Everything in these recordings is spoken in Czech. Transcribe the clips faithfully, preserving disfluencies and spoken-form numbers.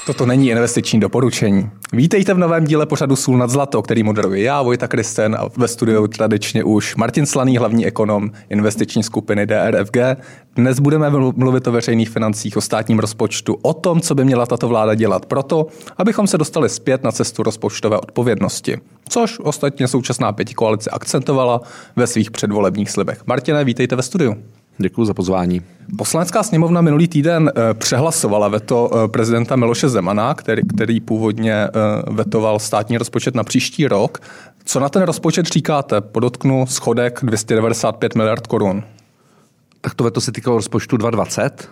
Toto není investiční doporučení. Vítejte v novém díle pořadu Sůl nad zlato, který moderuji já, Vojta Kristen, a ve studiu tradičně už Martin Slaný, hlavní ekonom investiční skupiny D R F G. Dnes budeme mluvit o veřejných financích, o státním rozpočtu, o tom, co by měla tato vláda dělat proto, abychom se dostali zpět na cestu rozpočtové odpovědnosti. Což ostatně současná pětikoalice akcentovala ve svých předvolebních slibech. Martine, vítejte ve studiu. Děkuji za pozvání. Poslanecká sněmovna minulý týden přehlasovala veto prezidenta Miloše Zemana, který, který původně vetoval státní rozpočet na příští rok. Co na ten rozpočet říkáte? Podotknu schodek dvě stě devadesát pět miliard korun. Tak to veto se týkalo rozpočtu dva tisíce dvacet,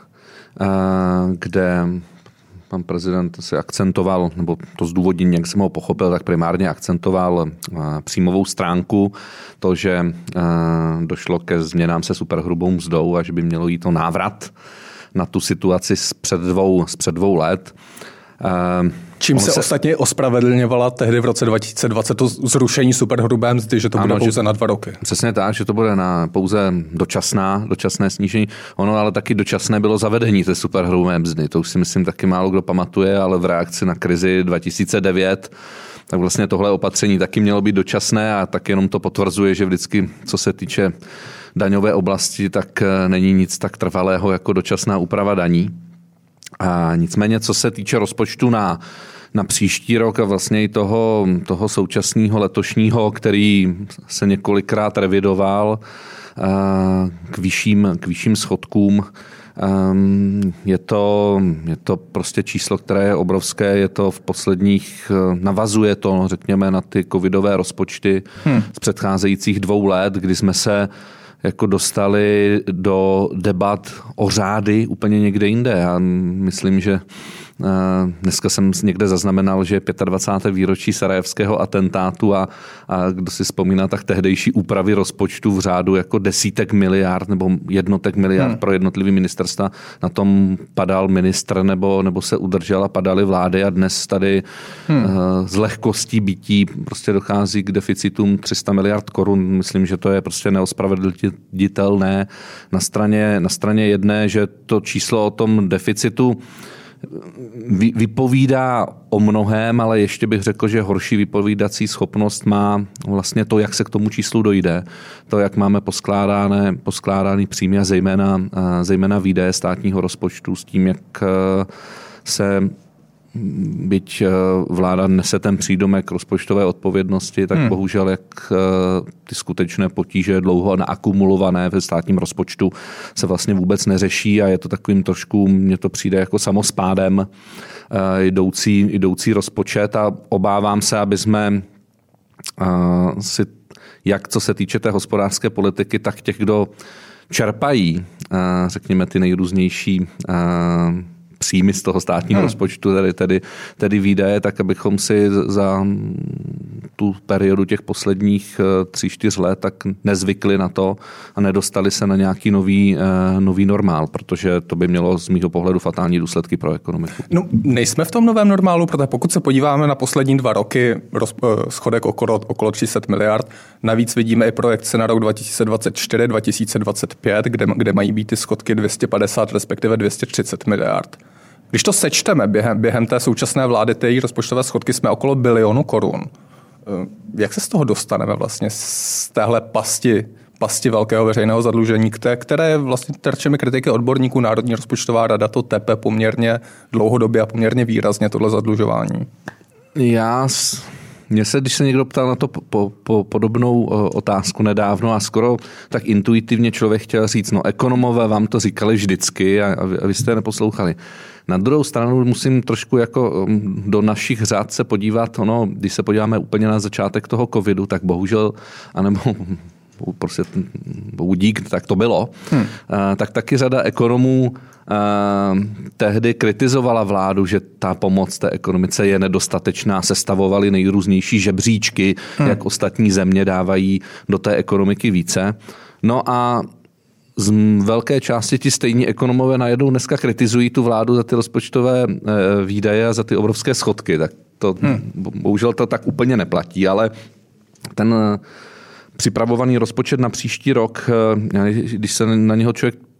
kde pan prezident si akcentoval, nebo to zdůvodnění, jak jsem ho pochopil, tak primárně akcentoval příjmovou stránku, to, že došlo ke změnám se superhrubou mzdou a že by mělo jít o návrat na tu situaci z před dvou, z před dvou let. Čím se, se ostatně ospravedlňovala tehdy v roce dva tisíce dvacet to zrušení superhrubé mzdy, že to ano, bude pouze že, na dva roky. Přesně tak, že to bude na pouze dočasná, dočasné snížení. Ono ale taky dočasné bylo zavedení té superhrubé mzdy. To už si myslím taky málo kdo pamatuje, ale v reakci na krizi dva tisíce devět tak vlastně tohle opatření taky mělo být dočasné a tak jenom to potvrzuje, že vždycky, co se týče daňové oblasti, tak není nic tak trvalého jako dočasná úprava daní. A nicméně, co se týče rozpočtu na, na příští rok a vlastně i toho, toho současného letošního, který se několikrát revidoval k vyšším, k vyšším schodkům, je to, je to prostě číslo, které je obrovské, je to v posledních, navazuje to, řekněme, na ty covidové rozpočty hmm. z předcházejících dvou let, kdy jsme se jako dostali do debat o řády úplně někde jinde. Já myslím, že dneska jsem někde zaznamenal, že dvacáté pátého výročí sarajevského atentátu a, a kdo si vzpomíná, tak tehdejší úpravy rozpočtu v řádu jako desítek miliard nebo jednotek miliard hmm. pro jednotlivý ministerstva. Na tom padal ministr nebo, nebo se udržel a padaly vlády a dnes tady hmm. z lehkostí bytí prostě dochází k deficitům tři sta miliard korun. Myslím, že to je prostě neospravedlnitelné. Na straně, na straně jedné, že to číslo o tom deficitu vypovídá o mnohém, ale ještě bych řekl, že horší vypovídací schopnost má vlastně to, jak se k tomu číslu dojde. To, jak máme poskládané, poskládaný příjmy a zejména, zejména výdaje státního rozpočtu s tím, jak se byť vláda nese ten přídomek rozpočtové odpovědnosti, tak hmm. bohužel, jak ty skutečné potíže dlouho naakumulované ve státním rozpočtu se vlastně vůbec neřeší a je to takovým trošku, mně to přijde jako samospádem jdoucí, jdoucí rozpočet a obávám se, aby jsme si, jak co se týče té hospodářské politiky, tak těch, kdo čerpají, řekněme, ty nejrůznější příjmy z toho státního hmm. rozpočtu, tedy, tedy, tedy výdaje, tak abychom si za tu periodu těch posledních tři, čtyř let tak nezvykli na to a nedostali se na nějaký nový, nový normál, protože to by mělo z mýho pohledu fatální důsledky pro ekonomiku. No, nejsme v tom novém normálu, protože pokud se podíváme na poslední dva roky, roz, schodek okolo, okolo tři sta miliard, navíc vidíme i projekce na rok dva tisíce dvacet čtyři dva tisíce dvacet pět, kde, kde mají být ty schodky dvě stě padesát, respektive dvě stě třicet miliard. Když to sečteme během, během té současné vlády, té rozpočtové schodky jsme okolo bilionu korun. Jak se z toho dostaneme vlastně z téhle pasti, pasti velkého veřejného zadlužení, které je vlastně terčemi kritiky odborníků? Národní rozpočtová rada to tepe poměrně dlouhodobě a poměrně výrazně tohle zadlužování. Já... Mně se, když se někdo ptal na to po, po, po podobnou otázku nedávno a skoro tak intuitivně člověk chtěl říct, no ekonomové vám to říkali vždycky a, a vy jste je neposlouchali. Na druhou stranu musím trošku jako do našich řád se podívat, ono, když se podíváme úplně na začátek toho covidu, tak bohužel, anebo prostě dík, tak to bylo, hmm. tak taky řada ekonomů tehdy kritizovala vládu, že ta pomoc té ekonomice je nedostatečná, sestavovali nejrůznější žebříčky, hmm. jak ostatní země dávají do té ekonomiky více. No a z velké části ti stejní ekonomové najednou dneska kritizují tu vládu za ty rozpočtové výdaje a za ty obrovské schodky. Tak to, hmm. bohužel to tak úplně neplatí, ale ten připravovaný rozpočet na příští rok, když se na něho člověk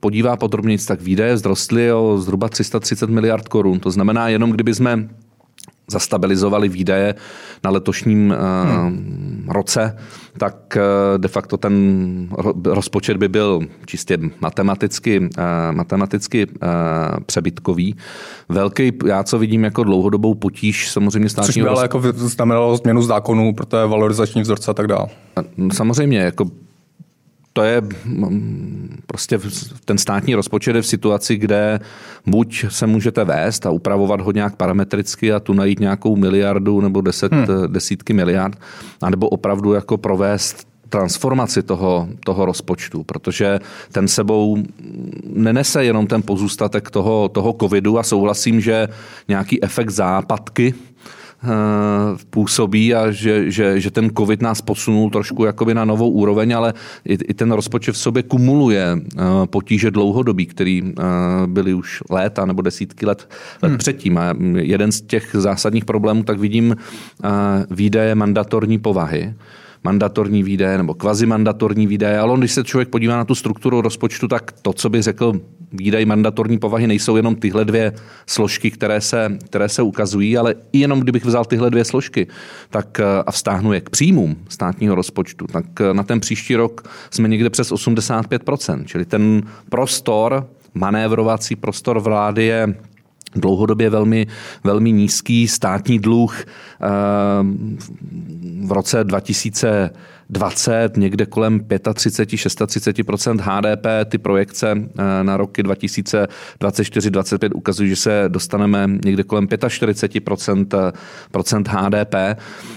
podívá podrobněji, tak výdaje vzrostly o zhruba tři sta třicet miliard korun. To znamená, jenom kdyby jsme zastabilizovali výdaje na letošním hmm. roce, tak de facto ten rozpočet by byl čistě matematicky, matematicky přebytkový. Velký, já co vidím jako dlouhodobou potíž samozřejmě státního... Což by ale jako znamenalo změnu zákonů, protože valorizační vzorce a tak dále. Samozřejmě, jako to je prostě ten státní rozpočet je v situaci, kde buď se můžete vést a upravovat ho nějak parametricky a tu najít nějakou miliardu nebo deset, hmm. desítky miliard, anebo opravdu jako provést transformaci toho, toho rozpočtu, protože ten sebou nenese jenom ten pozůstatek toho, toho covidu a souhlasím, že nějaký efekt západky působí a že, že, že ten covid nás posunul trošku jakoby na novou úroveň, ale i, i ten rozpočet v sobě kumuluje potíže dlouhodobí, které byly už léta nebo desítky let, let hmm. předtím. A jeden z těch zásadních problémů, tak vidím výdaje mandatorní povahy, mandatorní výdaje nebo kvazimandatorní výdaje, ale on, když se člověk podívá na tu strukturu rozpočtu, tak to, co by řekl výdaje mandatorní povahy, nejsou jenom tyhle dvě složky, které se, které se ukazují, ale i jenom kdybych vzal tyhle dvě složky tak a vztáhnu je k příjmům státního rozpočtu, tak na ten příští rok jsme někde přes osmdesát pět procent, čili ten prostor, manévrovací prostor vlády je dlouhodobě velmi, velmi nízký. Státní dluh v roce dva tisíce dvacet někde kolem třicet pět až třicet šest procent H D P. Ty projekce na roky dva tisíce dvacet čtyři dvacet pět ukazují, že se dostaneme někde kolem čtyřicet pět procent H D P.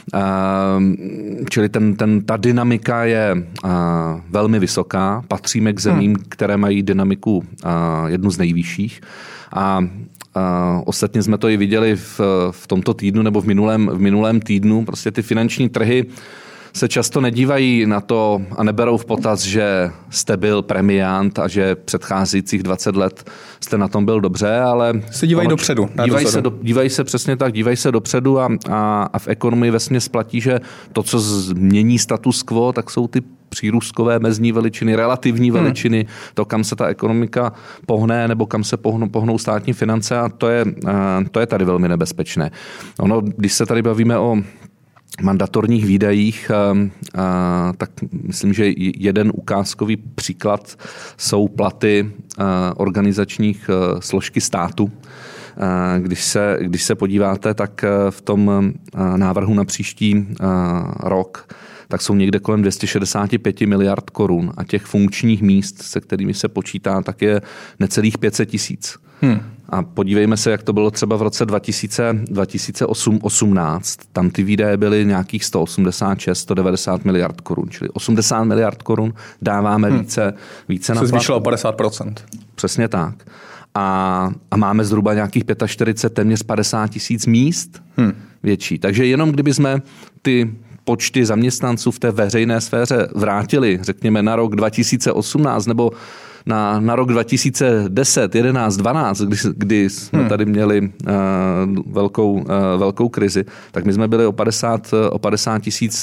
Čili ten, ten, ta dynamika je velmi vysoká. Patříme k zemím, hmm. které mají dynamiku jednu z nejvyšších. A Uh, ostatně jsme to i viděli v, v tomto týdnu nebo v minulém, v minulém týdnu. Prostě ty finanční trhy se často nedívají na to a neberou v potaz, že jste byl premiant a že předcházejících dvacet let jste na tom byl dobře, ale... Se dívají ono, dopředu. Dívají se, do, dívají se přesně tak, dívají se dopředu a, a, a v ekonomii vesměs platí, že to, co změní status quo, tak jsou ty přírůstkové mezní veličiny, relativní hmm. veličiny, to, kam se ta ekonomika pohne nebo kam se pohnou, pohnou státní finance a to je, to je tady velmi nebezpečné. Ono, když se tady bavíme o mandatorních výdajích, tak myslím, že jeden ukázkový příklad jsou platy organizačních složky státu. Když se, když se podíváte, tak v tom návrhu na příští rok tak jsou někde kolem dvě stě šedesát pět miliard korun a těch funkčních míst, se kterými se počítá, tak je necelých pět set tisíc. Hmm. A podívejme se, jak to bylo třeba v roce dva tisíce osmnáct. Tam ty výdaje byly nějakých sto osmdesát šest, sto devadesát miliard korun, čili osmdesát miliard korun dáváme hmm. více, více na se zvýšilo o padesát procent. Přesně tak. A, a máme zhruba nějakých čtyřicet pět, téměř padesát tisíc míst hmm. větší. Takže jenom kdyby jsme ty počty zaměstnanců v té veřejné sféře vrátili, řekněme, na rok dva tisíce osmnáct nebo na, na rok dva tisíce deset, jedenáct, dvanáct, kdy, kdy jsme hmm. tady měli uh, velkou, uh, velkou krizi, tak my jsme byli o padesát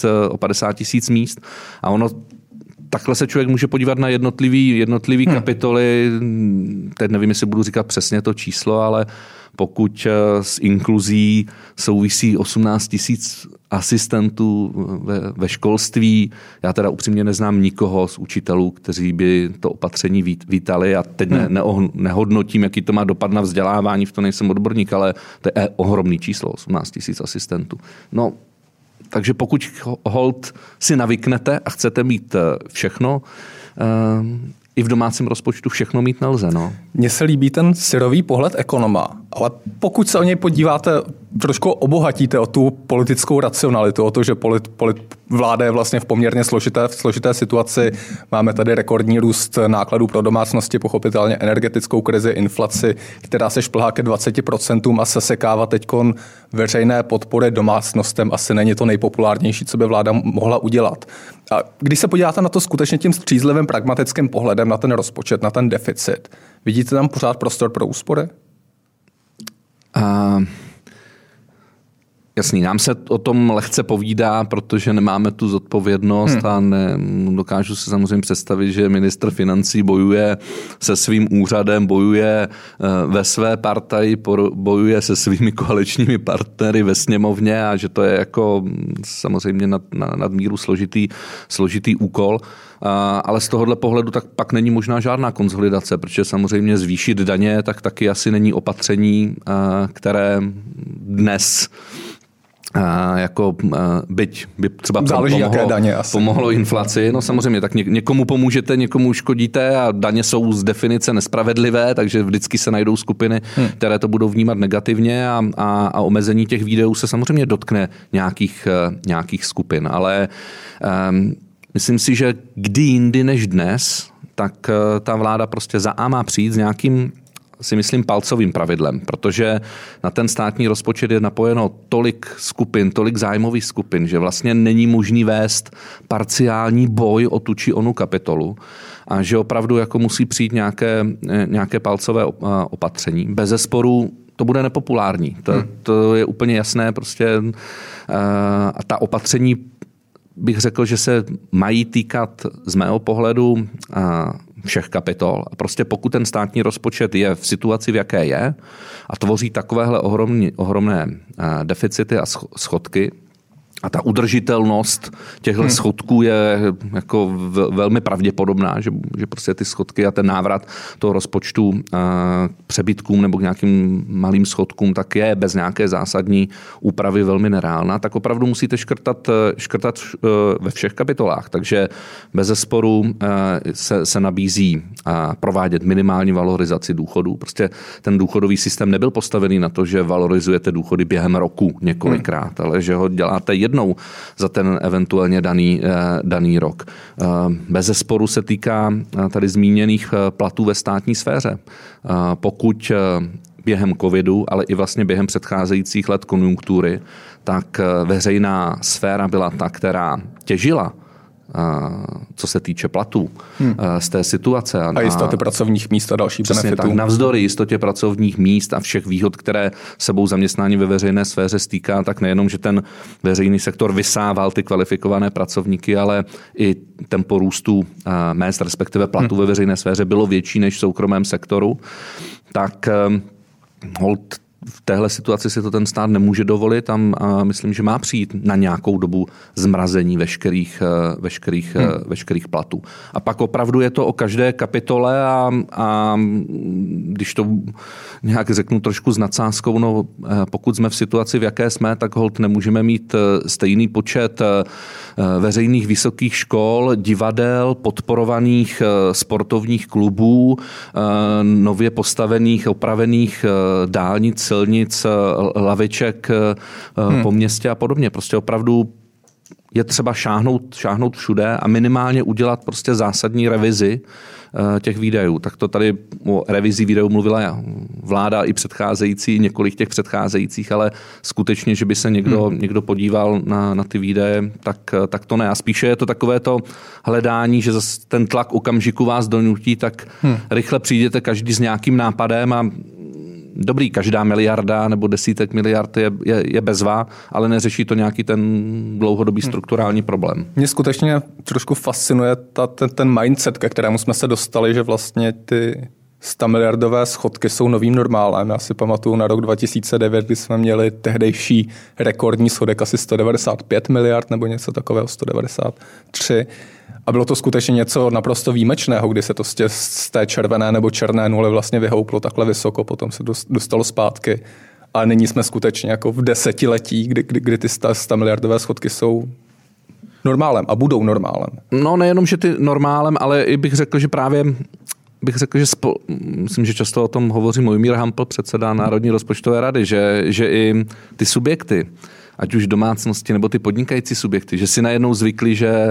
tisíc míst a ono takhle se člověk může podívat na jednotlivý, jednotlivý hmm. kapitoly, teď nevím, jestli budu říkat přesně to číslo, ale pokud s inkluzí souvisí osmnáct tisíc asistentů ve, ve školství. Já teda upřímně neznám nikoho z učitelů, kteří by to opatření vítali a teď ne, ne, nehodnotím, jaký to má dopad na vzdělávání, v to nejsem odborník, ale to je ohromný číslo, osmnáct tisíc asistentů. No, takže pokud hold si navyknete a chcete mít všechno, um, i v domácím rozpočtu všechno mít nelze. No. Mně se líbí ten syrový pohled ekonoma, ale pokud se o něj podíváte, trošku obohatíte o tu politickou racionalitu, o to, že polit, polit, vláda je vlastně v poměrně složité, v složité situaci. Máme tady rekordní růst nákladů pro domácnosti, pochopitelně energetickou krizi, inflaci, která se šplhá ke dvacet procent a sesekává teďkon veřejné podpory domácnostem. Asi není to nejpopulárnější, co by vláda mohla udělat. A když se podíváte na to skutečně tím střízlivým pragmatickým pohledem na ten rozpočet, na ten deficit, vidíte tam pořád prostor pro úspory? Uh, Jasný, nám se o tom lehce povídá, protože nemáme tu zodpovědnost hmm. a ne, dokážu si samozřejmě představit, že ministr financí bojuje se svým úřadem, bojuje ve své partaji, bojuje se svými koaličními partnery ve sněmovně a že to je jako samozřejmě nad, nad míru složitý, složitý úkol. Ale z tohohle pohledu tak pak není možná žádná konsolidace, protože samozřejmě zvýšit daně tak taky asi není opatření, které dnes Uh, jako uh, byť by třeba záleží, pomohlo, jaké daně asi. pomohlo inflaci. No samozřejmě, tak ně, někomu pomůžete, někomu uškodíte a daně jsou z definice nespravedlivé, takže vždycky se najdou skupiny, hmm. které to budou vnímat negativně a, a, a omezení těch výdajů se samozřejmě dotkne nějakých, uh, nějakých skupin. Ale um, myslím si, že kdy jindy než dnes, tak uh, ta vláda prostě za A má přijít s nějakým si myslím palcovým pravidlem, protože na ten státní rozpočet je napojeno tolik skupin, tolik zájmových skupin, že vlastně není možný vést parciální boj o tu či onu kapitolu a že opravdu jako musí přijít nějaké, nějaké palcové opatření. Bezesporu to bude nepopulární. To, hmm. to je úplně jasné. Prostě a ta opatření bych řekl, že se mají týkat z mého pohledu všech kapitol. A prostě pokud ten státní rozpočet je v situaci, v jaké je a tvoří takovéhle ohromný, ohromné deficity a schodky, a ta udržitelnost těchto hmm. schodků je jako velmi pravděpodobná, že, že prostě ty schodky a ten návrat toho rozpočtu k přebytkům nebo k nějakým malým schodkům tak je bez nějaké zásadní úpravy velmi nereálná, tak opravdu musíte škrtat, škrtat ve všech kapitolách. Takže bezesporu se, se nabízí provádět minimální valorizaci důchodů. Prostě ten důchodový systém nebyl postavený na to, že valorizujete důchody během roku několikrát, hmm. ale že ho děláte jednou za ten eventuálně daný, daný rok. Bezesporu se týká tady zmíněných platů ve státní sféře. Pokud během covidu, ale i vlastně během předcházejících let konjunktury, tak veřejná sféra byla ta, která těžila co se týče platů hmm. z té situace. A jistoty pracovních míst a další benefitů. Tak, navzdory jistotě pracovních míst a všech výhod, které sebou zaměstnání ve veřejné sféře stýká, tak nejenom, že ten veřejný sektor vysával ty kvalifikované pracovníky, ale i tempo růstu mezd, respektive platů hmm. ve veřejné sféře bylo větší než v soukromém sektoru. Tak hold v téhle situaci si to ten stát nemůže dovolit a myslím, že má přijít na nějakou dobu zmrazení veškerých, veškerých, hmm. veškerých platů. A pak opravdu je to o každé kapitole a, a když to nějak řeknu trošku s nadsázkou, no, pokud jsme v situaci, v jaké jsme, tak holt nemůžeme mít stejný počet veřejných vysokých škol, divadel, podporovaných sportovních klubů, nově postavených, opravených dálnic, silnic, laviček hmm. po městě a podobně. Prostě opravdu je třeba šáhnout, šáhnout všude a minimálně udělat prostě zásadní revizi těch výdajů. Tak to tady o revizi výdajů mluvila vláda i předcházející, několik těch předcházejících, ale skutečně, že by se někdo, hmm. někdo podíval na, na ty výdaje, tak, tak to ne. A spíše je to takové to hledání, že zase ten tlak okamžiku vás donutí, tak hmm. rychle přijdete každý s nějakým nápadem a dobrý, každá miliarda nebo desítek miliard je, je, je bezvá, ale neřeší to nějaký ten dlouhodobý strukturální problém. Mě skutečně trošku fascinuje ta, ten, ten mindset, ke kterému jsme se dostali, že vlastně ty sto miliardové schodky jsou novým normálem. Já si pamatuju na rok dva tisíce devět, kdy jsme měli tehdejší rekordní schodek asi sto devadesát pět miliard nebo něco takového, sto devadesát tři. A bylo to skutečně něco naprosto výjimečného, kdy se to z té červené nebo černé nuly vlastně vyhouplo takhle vysoko, potom se dostalo zpátky. A nyní jsme skutečně jako v desetiletí, kdy, kdy, kdy ty sto miliardové schodky jsou normálem a budou normálem. No nejenom, že ty normálem, ale i bych řekl, že právě bych řekl, že spo, myslím, že často o tom hovoří Mojmír Hampl, předseda Národní rozpočtové rady, že, že i ty subjekty, ať už domácnosti nebo ty podnikající subjekty, že si najednou zvykli, že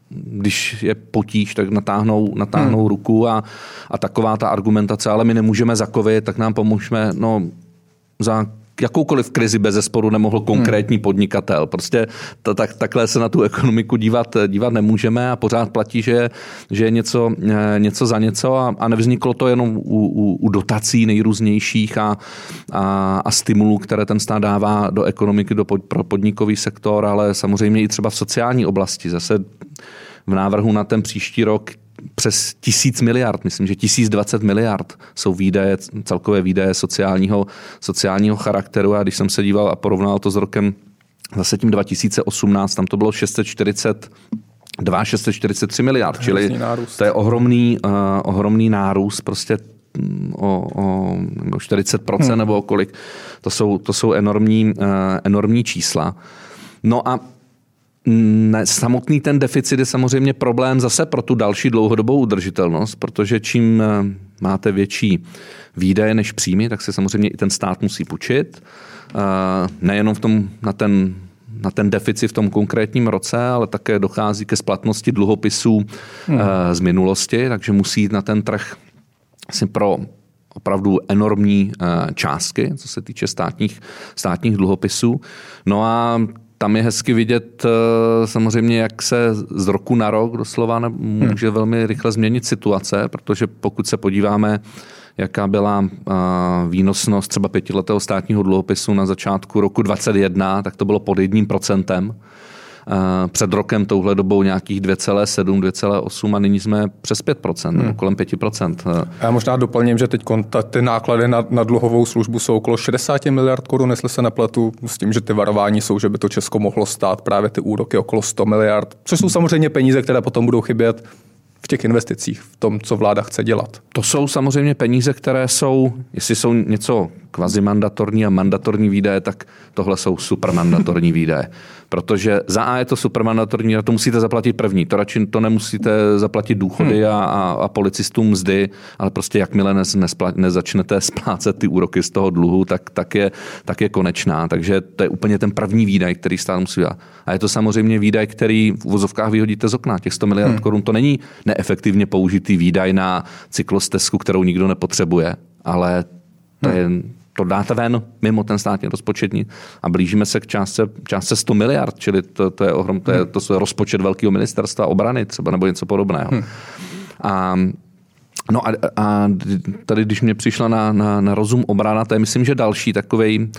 když je potíž, tak natáhnou, natáhnou hmm. ruku a, a taková ta argumentace, ale my nemůžeme za covid, tak nám pomůžeme, no za jakoukoliv krizi bezesporu nemohl konkrétní hmm. podnikatel. Prostě to, tak, takhle se na tu ekonomiku dívat, dívat nemůžeme a pořád platí, že, že je něco, něco za něco a, a nevzniklo to jenom u, u, u dotací nejrůznějších a, a, a stimulů, které ten stát dává do ekonomiky, do pod, pro podnikový sektor, ale samozřejmě i třeba v sociální oblasti. Zase v návrhu na ten příští rok přes tisíc miliard, myslím, že tisíc dvacet miliard jsou výdaje, celkové výdaje sociálního, sociálního charakteru a když jsem se díval a porovnal to s rokem zase tím dva tisíce osmnáct, tam to bylo šest set čtyřicet dva, šest set čtyřicet tři miliard, čili to je ohromný, uh, ohromný nárůst, prostě o, o čtyřicet procent hmm. nebo o kolik, to jsou, to jsou enormní, uh, enormní čísla. No a Ne, samotný ten deficit je samozřejmě problém zase pro tu další dlouhodobou udržitelnost, protože čím máte větší výdaje než příjmy, tak se samozřejmě i ten stát musí půjčit. Nejenom v tom, na, ten, na ten deficit v tom konkrétním roce, ale také dochází ke splatnosti dluhopisů hmm. z minulosti, takže musí jít na ten trh asi pro opravdu enormní částky, co se týče státních, státních dluhopisů. No a tam je hezky vidět samozřejmě, jak se z roku na rok doslova může velmi rychle změnit situace, protože pokud se podíváme, jaká byla výnosnost třeba pětiletého státního dluhopisu na začátku roku dvacet jedna, tak to bylo pod jedním procentem. Před rokem touhle dobou nějakých dvě celá sedm, dvě celá osm a nyní jsme přes pět procent, hmm. kolem pět procent. Já možná doplním, že teď ty náklady na, na dluhovou službu jsou okolo šedesát miliard korun, jestli se nepletu, s tím, že ty varování jsou, že by to Česko mohlo stát právě ty úroky okolo sto miliard, což jsou samozřejmě peníze, které potom budou chybět v těch investicích, v tom, co vláda chce dělat. To jsou samozřejmě peníze, které jsou, jestli jsou něco kvazimandatorní a mandatorní výdaje, tak tohle jsou supermandatorní výdaje. Protože za A je to supermandatorní, a to musíte zaplatit první. To radši to nemusíte zaplatit důchody a, a, a policistům mzdy, ale prostě jakmile ne, nespla, nezačnete splácet ty úroky z toho dluhu, tak, tak, je, tak je konečná. Takže to je úplně ten první výdaj, který stát musí dát. A je to samozřejmě výdaj, který v uvozovkách vyhodíte z okna. Těch sto miliard hmm. korun to není neefektivně použitý výdaj na cyklostezku, kterou nikdo nepotřebuje, ale to je... To dáte ven mimo ten státní rozpočet a blížíme se k částce, částce sto miliard, čili to, to je ohrom, to je, to je rozpočet velkého ministerstva obrany třeba nebo něco podobného. Hmm. A, no a, a tady, když mě přišla na, na, na rozum obrana, to je myslím, že další takovej uh,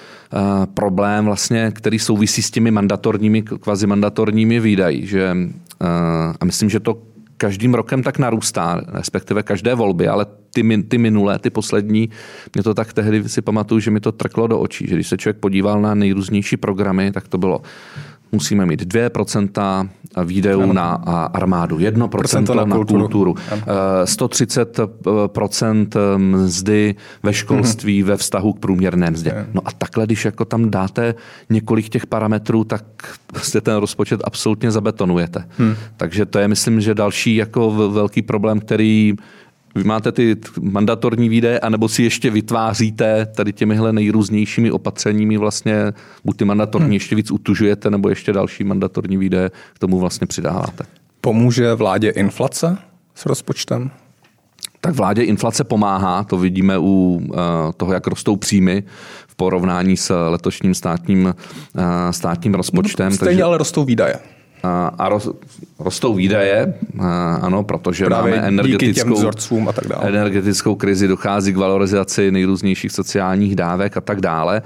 problém vlastně, který souvisí s těmi mandatorními, kvazimandatorními výdaji, že uh, a myslím, že to každým rokem tak narůstá, respektive každé volby, ale ty, ty minulé, ty poslední, mě to tak tehdy si pamatuju, že mi to trklo do očí, že když se člověk podíval na nejrůznější programy, tak to bylo, musíme mít dvě procenta výdajů ano. na armádu, jedno procento na, na kulturu, kulturu sto třicet procent mzdy ve školství hmm. ve vztahu k průměrné mzdě. No a takhle, když jako tam dáte několik těch parametrů, tak vlastně ten rozpočet absolutně zabetonujete. Hmm. Takže to je, myslím, že další jako velký problém, který vy máte ty mandatorní výdaje, anebo si ještě vytváříte tady těmihle nejrůznějšími opatřeními vlastně, buď ty mandatorní hmm. ještě víc utužujete, nebo ještě další mandatorní výdaje k tomu vlastně přidáváte. Pomůže vládě inflace s rozpočtem? Tak vládě inflace pomáhá, to vidíme u toho, jak rostou příjmy v porovnání s letošním státním, státním rozpočtem. No, stejně takže... ale rostou výdaje. A rostou výdaje, ano, protože právě máme energetickou, a tak dále. energetickou krizi, dochází k valorizaci nejrůznějších sociálních dávek a tak dále,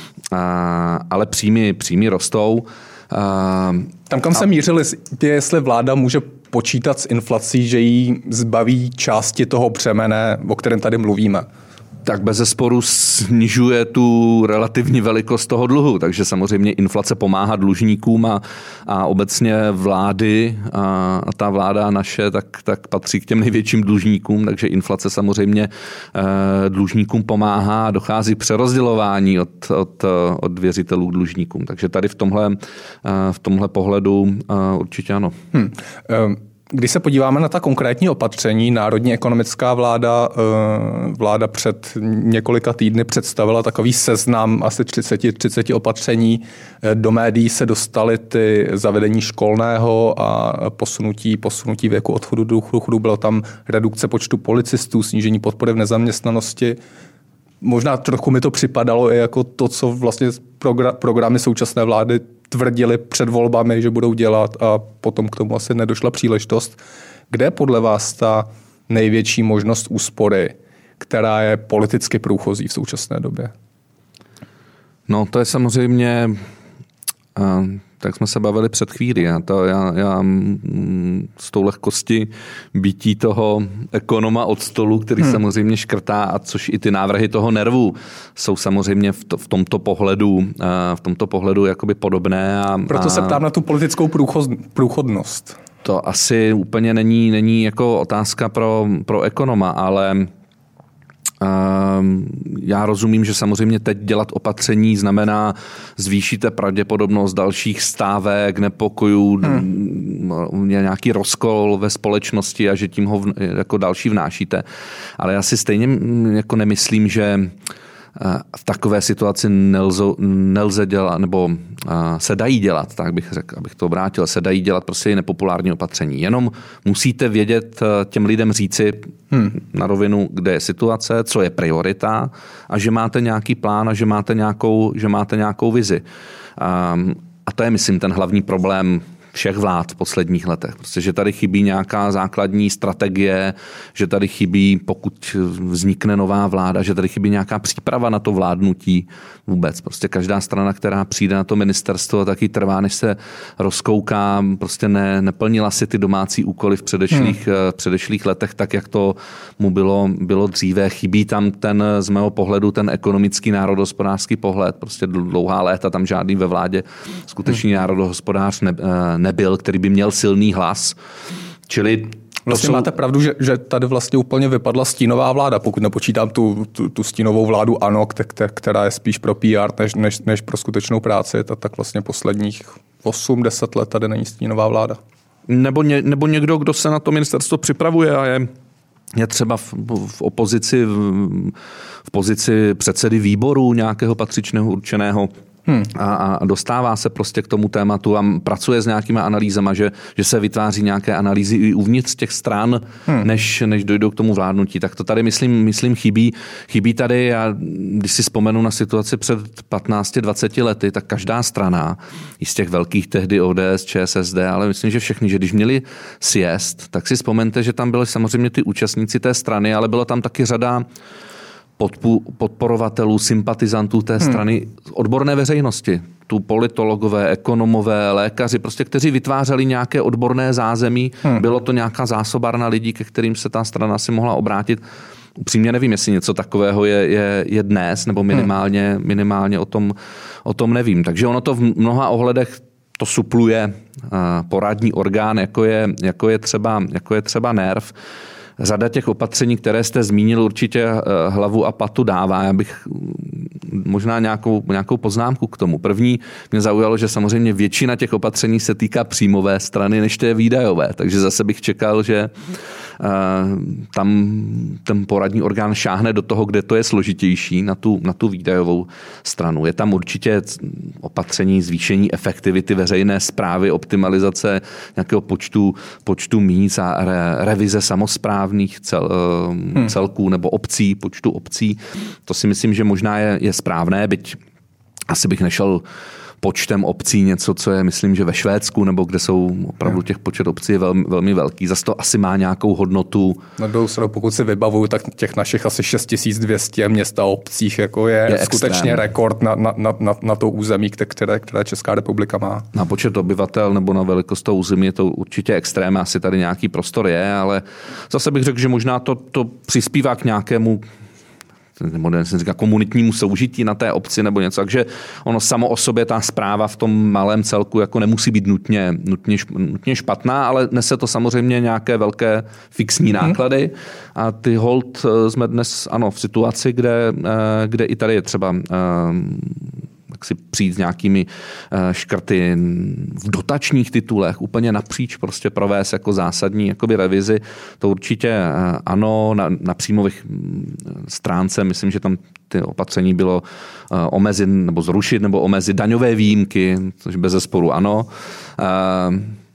a, ale příjmy, příjmy rostou. A, Tam, kam a... se mířili, je, jestli vláda může počítat s inflací, že jí zbaví části toho břemene, o kterém tady mluvíme. Tak bezesporu snižuje tu relativní velikost toho dluhu, takže samozřejmě inflace pomáhá dlužníkům a, a obecně vlády a, a ta vláda naše tak, tak patří k těm největším dlužníkům, takže inflace samozřejmě e, dlužníkům pomáhá a dochází k přerozdělování od, od, od věřitelů k dlužníkům. Takže tady v tomhle, e, v tomhle pohledu e, určitě ano. Hmm. Um. Když se podíváme na ta konkrétní opatření, Národní ekonomická vláda, vláda před několika týdny představila takový seznam asi třicet, třicet opatření. Do médií se dostaly ty zavedení školného a posunutí, posunutí věku odchodu do důchodu. Byla tam redukce počtu policistů, snížení podpory v nezaměstnanosti. možná trochu mi to připadalo i jako to, co vlastně progra- programy současné vlády tvrdili před volbami, že budou dělat a potom k tomu asi nedošla příležitost. Kde je podle vás ta největší možnost úspory, která je politicky průchozí v současné době? No to je samozřejmě, tak jsme se bavili před chvíli, já, to, já, já s tou lehkosti bytí toho ekonoma od stolu, který hmm. samozřejmě škrtá, a což i ty návrhy toho nervu jsou samozřejmě v, to, v tomto pohledu v tomto pohledu jakoby podobné. A, Proto se ptám na tu politickou průchoz, průchodnost. To asi úplně není, není jako otázka pro, pro ekonoma, ale já rozumím, že samozřejmě teď dělat opatření znamená zvýšíte pravděpodobnost dalších stávek, nepokojů, hmm. nějaký rozkol ve společnosti a že tím ho jako další vnášíte. Ale já si stejně jako nemyslím, že v takové situaci nelze, nelze dělat, nebo se dají dělat, tak bych řekl, abych to obrátil, se dají dělat prostě nepopulární opatření. Jenom musíte vědět těm lidem říci hmm. na rovinu, kde je situace, co je priorita a že máte nějaký plán a že máte nějakou, že máte nějakou vizi. A to je, myslím, ten hlavní problém všech vlád v posledních letech. Prostě, že tady chybí nějaká základní strategie, že tady chybí, pokud vznikne nová vláda, že tady chybí nějaká příprava na to vládnutí vůbec. Prostě každá strana, která přijde na to ministerstvo, taky trvá, než se rozkouká, prostě ne, neplnila si ty domácí úkoly v předešlých, hmm. v předešlých letech, tak jak to mu bylo, bylo dříve. Chybí tam ten, z mého pohledu, ten ekonomický národohospodářský pohled. Prostě dlouhá léta tam žádný ve vládě skutečný hmm. národohospodář ne, nebyl, který by měl silný hlas. Čili vlastně jsou... máte pravdu, že, že tady vlastně úplně vypadla stínová vláda, pokud nepočítám tu, tu, tu stínovou vládu ANO, která je spíš pro P R než, než, než pro skutečnou práci, tak, tak vlastně posledních osm deset let tady není stínová vláda. Nebo, ně, nebo někdo, kdo se na to ministerstvo připravuje a je je třeba v, v opozici, v, v pozici předsedy výboru nějakého patřičného určeného Hmm. A, a dostává se prostě k tomu tématu a pracuje s nějakýma analýzama, že, že se vytváří nějaké analýzy i uvnitř těch stran, hmm. než, než dojdou k tomu vládnutí. Tak to tady myslím, myslím chybí. Chybí tady, já, když si vzpomenu na situaci před patnácti dvaceti lety, tak každá strana, i z těch velkých tehdy O D S, Č S S D, ale myslím, že všechny, že když měli sjezd, tak si vzpomeňte, že tam byly samozřejmě ty účastníci té strany, ale bylo tam taky řada podporovatelů, sympatizantů té strany, hmm. odborné veřejnosti. Tu politologové, ekonomové, lékaři, prostě kteří vytvářeli nějaké odborné zázemí. Hmm. Bylo to nějaká zásobárna lidí, ke kterým se ta strana si mohla obrátit. Upřímně nevím, jestli něco takového je, je, je dnes, nebo minimálně, hmm. minimálně o tom, o tom nevím. Takže ono to v mnoha ohledech to supluje poradní orgán, jako je, jako je třeba, jako je třeba NERV. Řada těch opatření, které jste zmínil, určitě hlavu a patu dává. Já bych možná nějakou, nějakou poznámku k tomu. První mě zaujalo, že samozřejmě většina těch opatření se týká příjmové strany, než té výdajové. Takže zase bych čekal, že tam ten poradní orgán šáhne do toho, kde to je složitější, na tu, na tu výdajovou stranu. Je tam určitě opatření zvýšení efektivity veřejné správy, optimalizace nějakého počtu, počtu míst a re, revize samosprávných cel, hmm. celků nebo obcí, počtu obcí. To si myslím, že možná je, je správné, byť asi bych nešel počtem obcí něco, co je, myslím, že ve Švédsku, nebo kde jsou opravdu těch počet obcí je velmi, velmi velký. Zase to asi má nějakou hodnotu. Na druhou stranu, pokud si vybavuju, tak těch našich asi šest tisíc dvě stě měst a obcích jako je, je skutečně extrém. rekord na, na, na, na to území, které, které Česká republika má. Na počet obyvatel nebo na velikost toho území je to určitě extrém, asi tady nějaký prostor je, ale zase bych řekl, že možná to, to přispívá k nějakému moderně se říká komunitnímu soužití na té obci nebo něco, takže ono samo o sobě ta správa v tom malém celku jako nemusí být nutně, nutně, nutně špatná, ale nese to samozřejmě nějaké velké fixní náklady a ty hold jsme dnes ano v situaci, kde, kde i tady je třeba tak si přijít s nějakými škrty v dotačních titulech, úplně napříč prostě provést jako zásadní jakoby revizi. To určitě ano, na, na příjmových stránce, myslím, že tam ty opatření bylo omezit nebo zrušit nebo omezit daňové výjimky, což bez zesporu ano.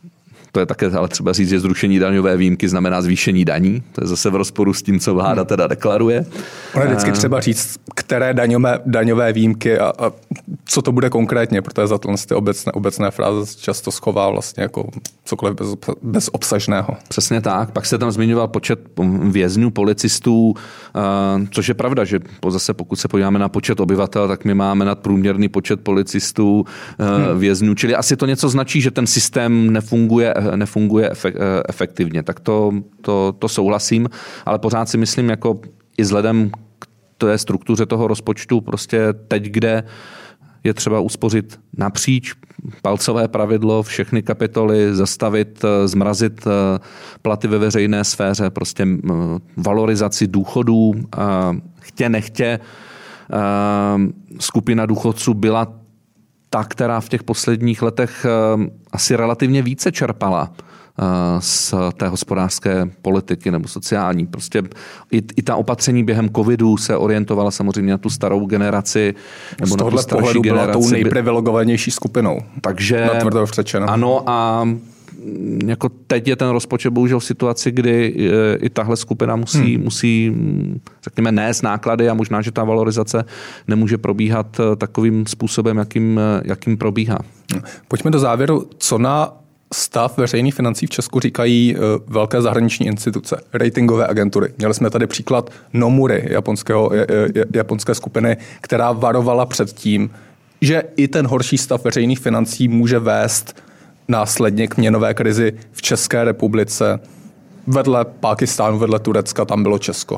to je také ale třeba říct, že zrušení daňové výjimky znamená zvýšení daní. To je zase v rozporu s tím, co vláda teda deklaruje. Ono je vždycky třeba říct, které daňové, daňové výjimky a, a co to bude konkrétně, protože za tohle ty obecné, obecné fráze často schová vlastně jako cokoliv bez, bezobsažného. Přesně tak. Pak se tam zmiňoval počet vězňů, policistů, což je pravda, že zase pokud se podíváme na počet obyvatel, tak my máme nadprůměrný počet policistů, hmm. vězňů, čili asi to něco značí, že ten systém nefunguje, nefunguje efektivně. Tak to, to, to souhlasím, ale pořád si myslím, jako i vzhledem k té struktuře toho rozpočtu, prostě teď, kde je třeba uspořit napříč palcové pravidlo, všechny kapitoly, zastavit, zmrazit platy ve veřejné sféře, prostě valorizaci důchodů, chtě nechtě. Skupina důchodců byla ta, která v těch posledních letech asi relativně více čerpala z té hospodářské politiky nebo sociální. Prostě i, i ta opatření během covidu se orientovala samozřejmě na tu starou generaci. Nebo z tohohle pohledu byla tou nejprivilegovanější skupinou. Takže ano a jako teď je ten rozpočet bohužel v situaci, kdy i tahle skupina musí, hmm. musí řekněme, nést náklady a možná, že ta valorizace nemůže probíhat takovým způsobem, jakým, jakým probíhá. Pojďme do závěru. Co na stav veřejných financí v Česku říkají velké zahraniční instituce, ratingové agentury. Měli jsme tady příklad Nomura, japonského, japonské skupiny, která varovala před tím, že i ten horší stav veřejných financí může vést následně k měnové krizi v České republice. Vedle Pákistánu, vedle Turecka, tam bylo Česko.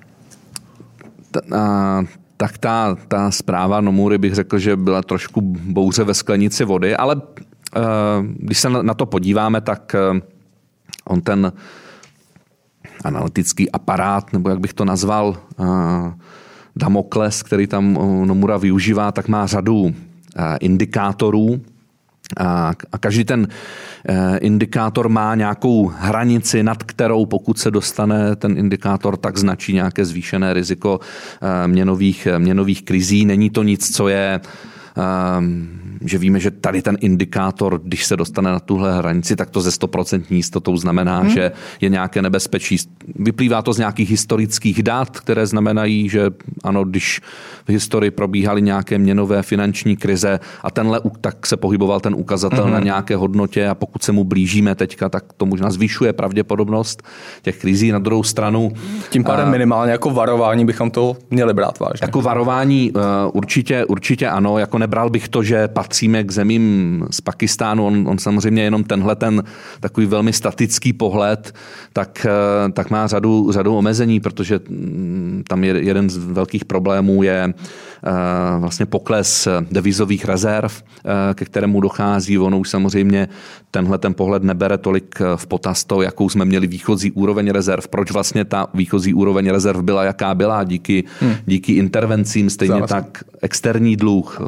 Ta, tak ta, ta zpráva Nomury bych řekl, že byla trošku bouře ve sklenici vody, ale když se na to podíváme, tak on ten analytický aparát, nebo jak bych to nazval, Damokles, který tam Nomura využívá, tak má řadu indikátorů a každý ten indikátor má nějakou hranici, nad kterou pokud se dostane ten indikátor, tak značí nějaké zvýšené riziko měnových, měnových krizí. Není to nic, co je že víme, že tady ten indikátor, když se dostane na tuhle hranici, tak to ze stoprocentní jistotou znamená, hmm. že je nějaké nebezpečí. Vyplývá to z nějakých historických dat, které znamenají, že ano, když v historii probíhaly nějaké měnové finanční krize a tenhle, tak se pohyboval ten ukazatel hmm. na nějaké hodnotě a pokud se mu blížíme teďka, tak to možná zvyšuje pravděpodobnost těch krizí. Na druhou stranu. Tím pádem minimálně jako varování bychom to měli brát vážně. Jako varování určitě, určitě ano, jako nebral bych to, že patříme k zemím z Pakistánu, on, on samozřejmě jenom tenhle ten takový velmi statický pohled, tak, tak má řadu, řadu omezení, protože tam je jeden z velkých problémů je vlastně pokles devizových rezerv, ke kterému dochází. Ono už samozřejmě tenhle ten pohled nebere tolik v potaz to, jakou jsme měli výchozí úroveň rezerv. Proč vlastně ta výchozí úroveň rezerv byla, jaká byla díky, hmm. díky intervencím, stejně Závazný. Tak externí dluh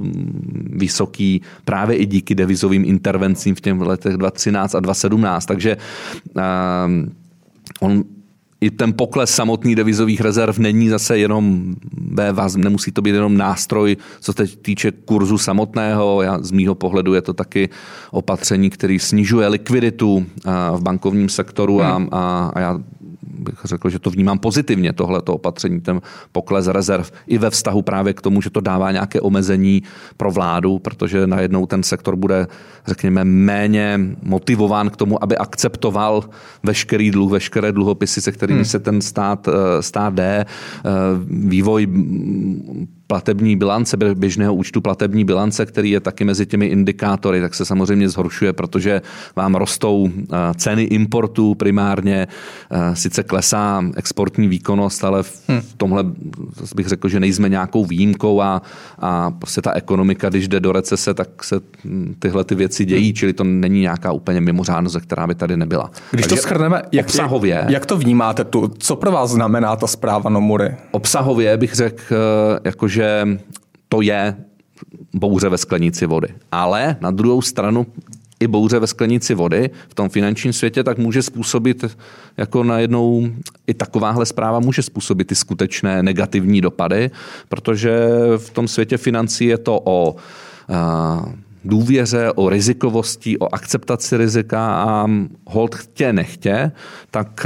vysoký právě i díky devizovým intervencím v těch letech dva tisíce třináct a dva tisíce sedmnáct. Takže um, on i ten pokles samotný devizových rezerv není zase jenom ve vás, nemusí to být jenom nástroj, co se týče kurzu samotného. Já, z mýho pohledu je to taky opatření, který snižuje likviditu v bankovním sektoru hmm. a, a, a já bych řekl, že to vnímám pozitivně, tohleto opatření, ten pokles rezerv i ve vztahu právě k tomu, že to dává nějaké omezení pro vládu, protože najednou ten sektor bude, řekněme, méně motivován k tomu, aby akceptoval veškerý dluh, veškeré dluhopisy, se kterými hmm. se ten stát, stát jde. Vývoj platební bilance, běžného účtu platební bilance, který je taky mezi těmi indikátory, tak se samozřejmě zhoršuje, protože vám rostou ceny importů primárně, sice klesá exportní výkonnost, ale v tomhle bych řekl, že nejsme nějakou výjimkou a, a prostě ta ekonomika, když jde do recese, tak se tyhle ty věci dějí, čili to není nějaká úplně mimořádnost, která by tady nebyla. Když Takže to shrneme, jak, obsahově, jak to vnímáte tu? Co pro vás znamená ta zpráva Nomury? Obsahově bych řekl, jakože že to je bouře ve sklenici vody. Ale na druhou stranu i bouře ve sklenici vody v tom finančním světě tak může způsobit, jako najednou i takováhle zpráva může způsobit ty skutečné negativní dopady, protože v tom světě financí je to o uh, důvěře, o rizikovosti, o akceptaci rizika a hold chtě nechtě, tak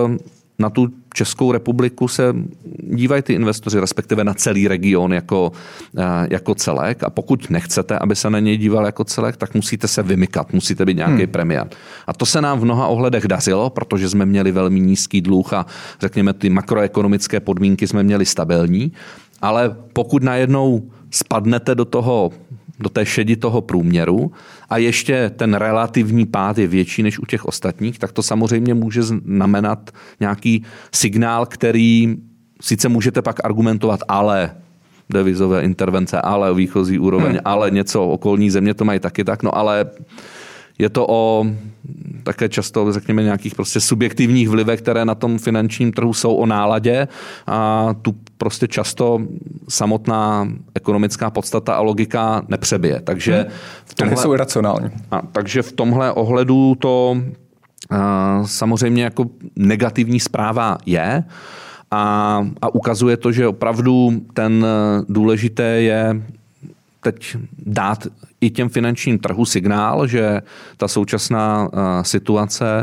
na tu Českou republiku se dívají ty investoři, respektive na celý region jako, jako celek. A pokud nechcete, aby se na něj díval jako celek, tak musíte se vymykat, musíte být nějaký hmm. premiér. A to se nám v mnoha ohledech dařilo, protože jsme měli velmi nízký dluh a řekněme ty makroekonomické podmínky jsme měli stabilní. Ale pokud najednou spadnete do toho do té šedi toho průměru a ještě ten relativní pád je větší než u těch ostatních, tak to samozřejmě může znamenat nějaký signál, který sice můžete pak argumentovat, ale devizové intervence, ale výchozí úroveň, hmm. ale něco okolní země to mají taky tak, no ale je to o také často, řekněme, nějakých prostě subjektivních vlivech, které na tom finančním trhu jsou, o náladě a tu prostě často samotná ekonomická podstata a logika nepřebije. Takže v tomhle, jsou iracionální. A, takže v tomhle ohledu to a, samozřejmě jako negativní zpráva je a, a ukazuje to, že opravdu ten důležité je teď dát i těm finančním trhu signál, že ta současná uh, situace,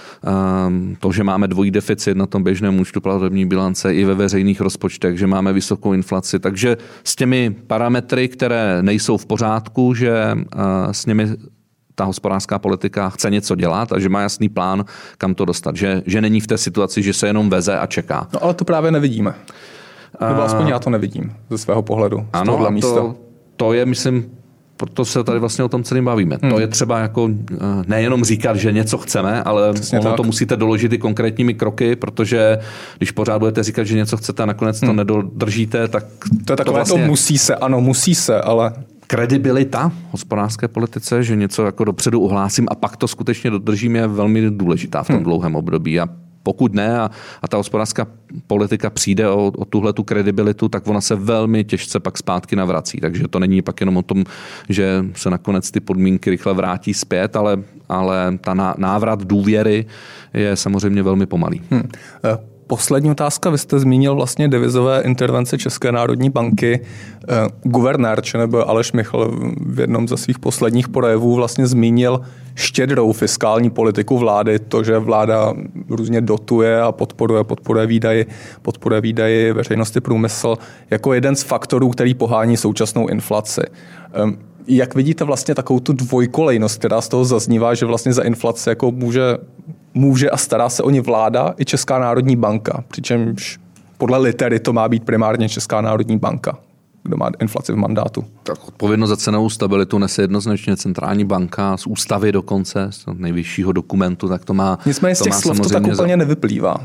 um, to, že máme dvojí deficit na tom běžném účtu platební bilance i ve veřejných rozpočtech, že máme vysokou inflaci, takže s těmi parametry, které nejsou v pořádku, že uh, s nimi ta hospodářská politika chce něco dělat a že má jasný plán, kam to dostat. Že, že není v té situaci, že se jenom veze a čeká. No ale to právě nevidíme. Nebo aspoň já to nevidím ze svého pohledu. Z ano, tohohle místa. To, to je, myslím, proto se tady vlastně o tom celým bavíme. Hmm. To je třeba jako nejenom říkat, že něco chceme, ale Přesně ono tak. to musíte doložit i konkrétními kroky, protože když pořád budete říkat, že něco chcete a nakonec hmm. to nedodržíte, tak to je takové to, vlastně... to musí se, ano, musí se, ale... Kredibilita hospodářské politice, že něco jako dopředu ohlásím a pak to skutečně dodržím, je velmi důležitá v tom hmm. dlouhém období. A pokud ne a, a ta hospodářská politika přijde o, o tuhle tu kredibilitu, tak ona se velmi těžce pak zpátky navrací. Takže to není pak jenom o tom, že se nakonec ty podmínky rychle vrátí zpět, ale, ale ta návrat důvěry je samozřejmě velmi pomalý. Hmm. Poslední otázka. Vy jste zmínil vlastně devizové intervence České národní banky. Guvernér nebo Aleš Michl v jednom ze svých posledních projevů vlastně zmínil štědrou fiskální politiku vlády, to, že vláda různě dotuje a podporuje, podporuje výdaji, podporuje výdaji veřejnosti, průmysl, jako jeden z faktorů, který pohání současnou inflaci. Jak vidíte vlastně takovou tu dvojkolejnost, která z toho zaznívá, že vlastně za inflaci jako může Může a stará se o ní vláda i Česká národní banka, přičemž podle litery to má být primárně Česká národní banka, kdo má inflaci v mandátu. Tak odpovědnost za cenovou stabilitu nese jednoznačně centrální banka, z ústavy dokonce, z nejvyššího dokumentu, tak to má... Nicméně z těch slov to tak úplně za... nevyplývá.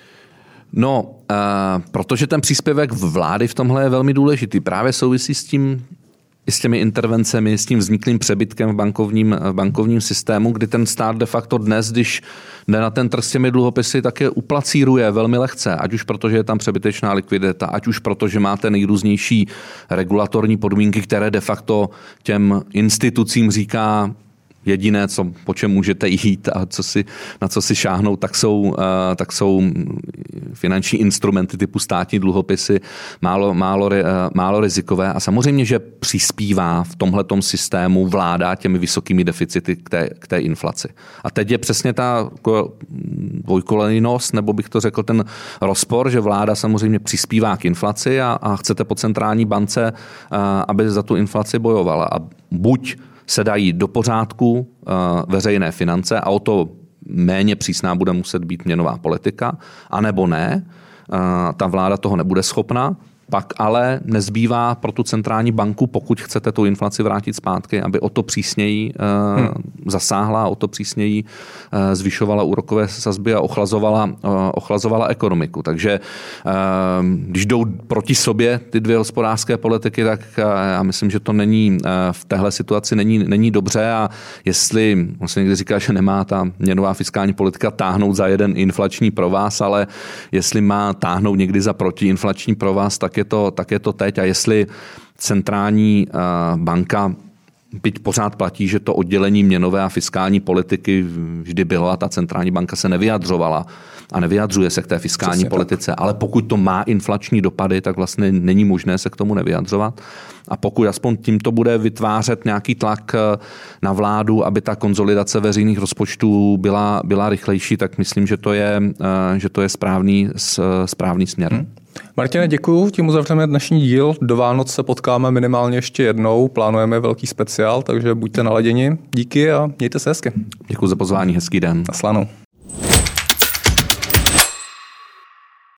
No, uh, protože ten příspěvek vlády v tomhle je velmi důležitý. Právě souvisí s tím, i s těmi intervencemi, s tím vzniklým přebytkem v bankovním, v bankovním systému, kdy ten stát de facto dnes, když jde na ten trh s těmi dluhopisy, tak je uplacíruje velmi lehce, ať už proto, že je tam přebytečná likvidita, ať už proto, že máte nejrůznější regulatorní podmínky, které de facto těm institucím říká, jediné, co, po čem můžete jít a co si, na co si šáhnout, tak jsou, uh, tak jsou finanční instrumenty typu státní dluhopisy, málo, málo, uh, málo rizikové a samozřejmě, že přispívá v tomhletom systému vláda těmi vysokými deficity k té, k té inflaci. A teď je přesně ta dvojkolejnost, nebo bych to řekl ten rozpor, že vláda samozřejmě přispívá k inflaci a, a chcete po centrální bance, uh, aby za tu inflaci bojovala. A buď se dají do pořádku uh, veřejné finance a o to méně přísná bude muset být měnová politika, anebo ne, uh, ta vláda toho nebude schopna, pak ale nezbývá pro tu centrální banku, pokud chcete tu inflaci vrátit zpátky, aby o to přísněji uh, hmm. zasáhla, o to přísněji uh, zvyšovala úrokové sazby a ochlazovala, uh, ochlazovala ekonomiku. Takže uh, když jdou proti sobě ty dvě hospodářské politiky, tak uh, já myslím, že to není uh, v téhle situaci není, není dobře a jestli, vlastně někdy říká, že nemá ta měnová fiskální politika táhnout za jeden inflační provaz, ale jestli má táhnout někdy za protiinflační provaz, tak je to, tak je to teď. A jestli centrální uh, banka, byť pořád platí, že to oddělení měnové a fiskální politiky vždy bylo a ta centrální banka se nevyjadřovala a nevyjadřuje se k té fiskální Přesně politice, tak. Ale pokud to má inflační dopady, tak vlastně není možné se k tomu nevyjadřovat. A pokud aspoň tímto bude vytvářet nějaký tlak na vládu, aby ta konsolidace veřejných rozpočtů byla, byla rychlejší, tak myslím, že to je, že to je správný, správný směr. Hmm. Martine, děkuju, tím uzavřeme dnešní díl. Do Vánoc se potkáme minimálně ještě jednou, plánujeme velký speciál, takže buďte naladěni. Díky a mějte se hezky. Děkuji za pozvání, hezký den. Naslanou.